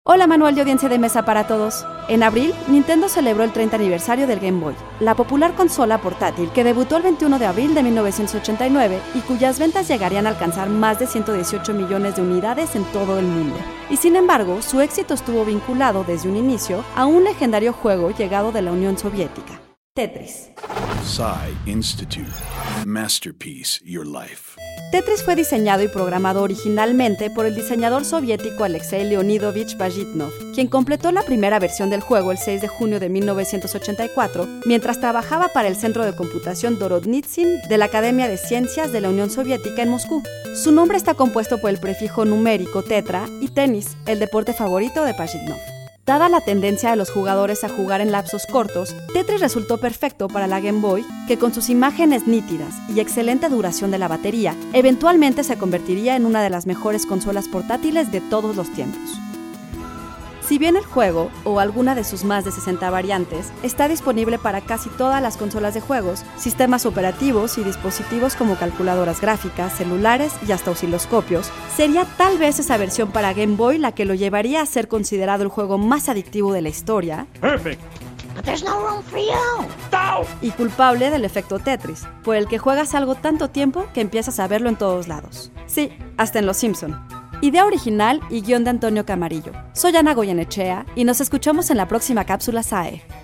Hola, manual de audiencia de mesa para todos. En abril, Nintendo celebró el 30 aniversario del Game Boy, la popular consola portátil que debutó el 21 de abril de 1989 y cuyas ventas llegarían a alcanzar más de 118 millones de unidades en todo el mundo. Y sin embargo, su éxito estuvo vinculado desde un inicio a un legendario juego llegado de la Unión Soviética, Tetris. Psy Institute. Masterpiece Your Life. Tetris fue diseñado y programado originalmente por el diseñador soviético Alexei Leonidovich Pajitnov, quien completó la primera versión del juego el 6 de junio de 1984, mientras trabajaba para el Centro de Computación Dorodnitsin de la Academia de Ciencias de la Unión Soviética en Moscú. Su nombre está compuesto por el prefijo numérico tetra y tenis, el deporte favorito de Pajitnov. Dada la tendencia de los jugadores a jugar en lapsos cortos, Tetris resultó perfecto para la Game Boy, que con sus imágenes nítidas y excelente duración de la batería, eventualmente se convertiría en una de las mejores consolas portátiles de todos los tiempos. Si bien el juego, o alguna de sus más de 60 variantes, está disponible para casi todas las consolas de juegos, sistemas operativos y dispositivos como calculadoras gráficas, celulares y hasta osciloscopios, sería tal vez esa versión para Game Boy la que lo llevaría a ser considerado el juego más adictivo de la historia. Perfect. But there's no room for you. No. Y culpable del efecto Tetris, por el que juegas algo tanto tiempo que empiezas a verlo en todos lados. Sí, hasta en Los Simpson. Idea original y guión de Antonio Camarillo. Soy Ana Goyenechea y nos escuchamos en la próxima cápsula SAE.